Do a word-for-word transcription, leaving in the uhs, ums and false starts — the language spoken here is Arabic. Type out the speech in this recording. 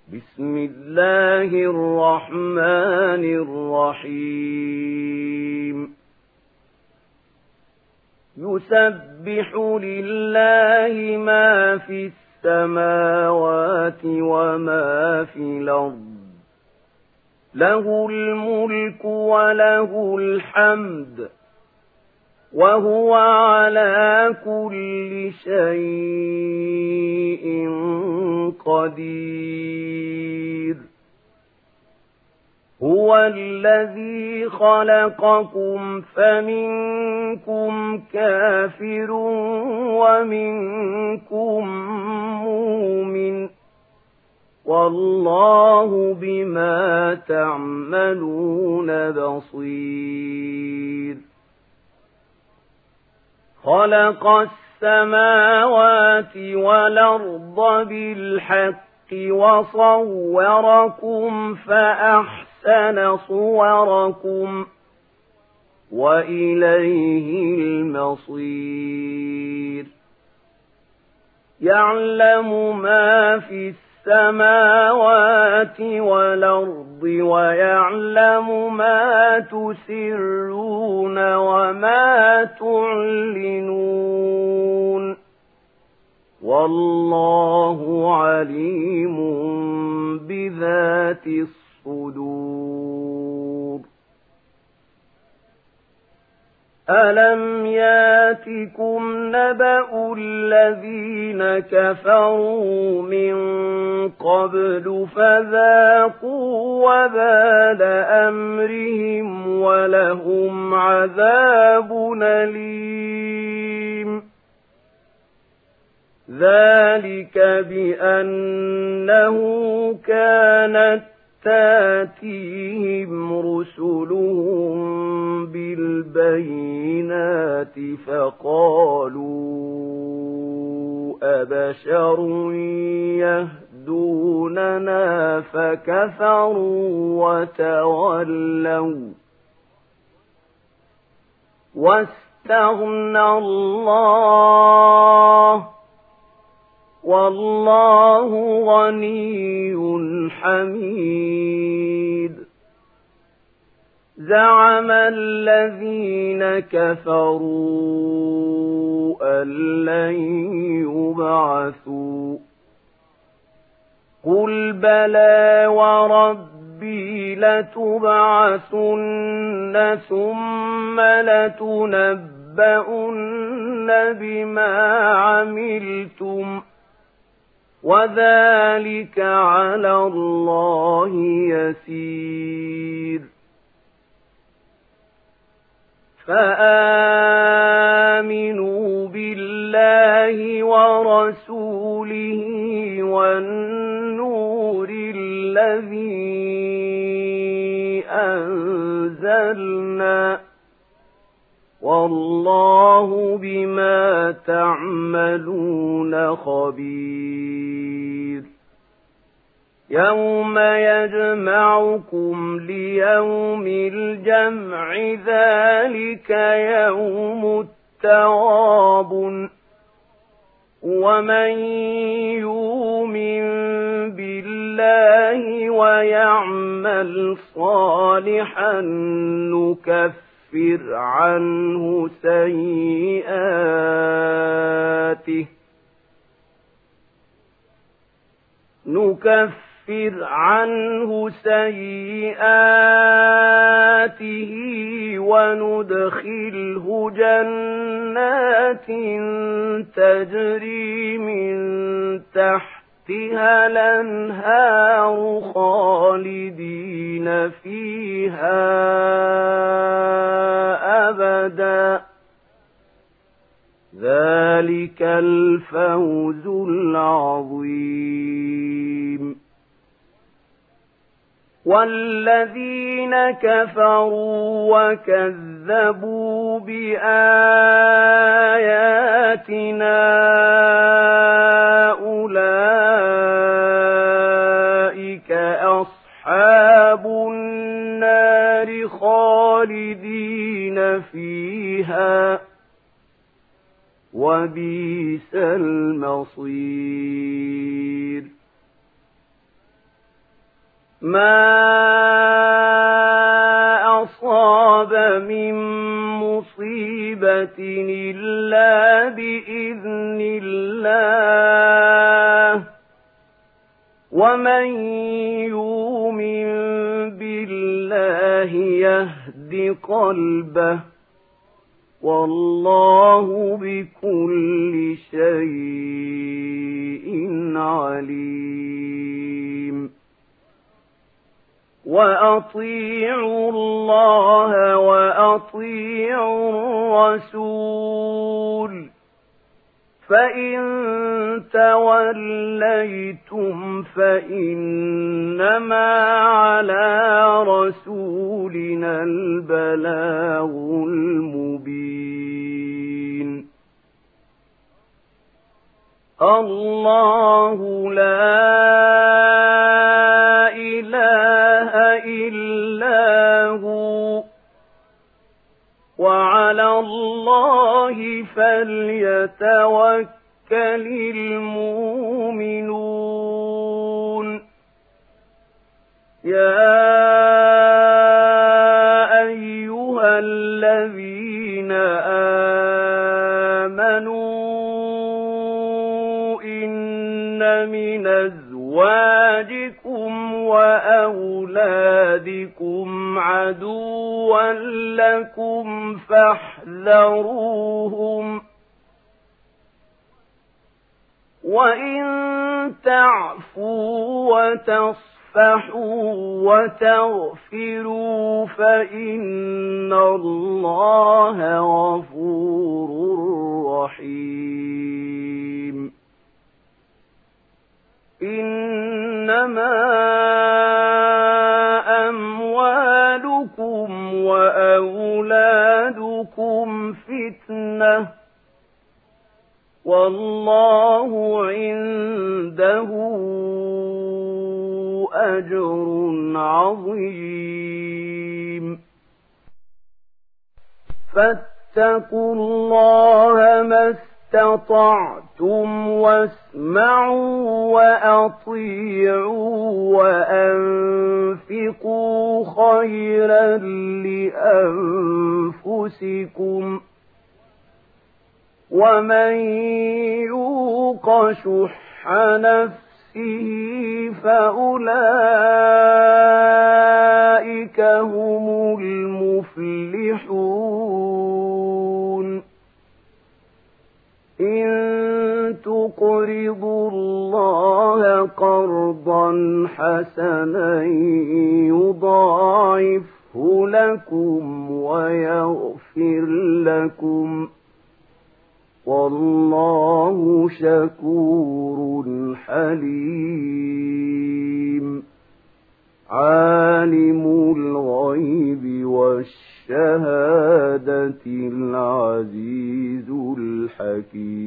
بسم الله الرحمن الرحيم يسبح لله ما في السماوات وما في الأرض له الملك وله الحمد وهو على كل شيء قدير هو الذي خلقكم فمنكم كافر ومنكم مؤمن والله بما تعملون بصير خلق السماوات والأرض بالحق وصوركم فأحسن صوركم وإليه المصير يعلم ما في السماوات والأرض ويعلم ما تسرون وما تعلنون والله عليم بذات الصدور ألم ياتكم نبأ الذين كفروا من قبل فذاقوا وبال أمرهم ولهم عذاب أليم ذلك بأنه كانت تاتيهم رسلهم بالبينات فقالوا أبشر يهدوننا فكفروا وتولوا واستغنى الله والله غني حميد زعم الذين كفروا أن لن يبعثوا قل بلى وربي لتبعثن ثم لتنبؤن بما عملتم وذلك على الله يسير فآمنوا بالله ورسوله والنور الذي أنزلنا والله بما تعملون خبير يوم يجمعكم ليوم الجمع ذلك يوم التغابن ومن يؤمن بالله ويعمل صالحا نكفر نكفر عنه سيئاته نكفر عنه سيئاته وندخله جنات تجري من تحتها الأنهار خالدين فيها أبدا ذلك الفوز العظيم والذين كفروا وكذبوا بآياتنا أولئك أصحاب النار خالدين فيها وبئس المصير ما أصاب من مصيبة إلا بإذن الله ومن يؤمن بالله يهد قلبه والله بكل شيء عليم وأطيعوا الله وأطيعوا الرسول فإن توليتم فإنما على رسولنا البلاغ المبين الله لا إله إلا هو وعلى الله فليتوكل المؤمنون يا أيها الذين آمنوا إن من أزواجكم وأولادكم عدوا لكم فاحذروهم وإن تعفوا وتصفحوا وتغفروا فإن الله غفور رحيم إنما أموالكم وأولادكم فتنة والله عنده أجر عظيم فاتقوا الله ما استطعتم واسمعوا وأطيعوا وأنفقوا خيرا لأنفسكم ومن يوق شح نفسه فأولئك هم المفلحون إن تقرضوا الله قرضا حسنا يضاعفه لكم ويغفر لكم والله شكور حليم عالم الغيب والشهادة العزيز الحكيم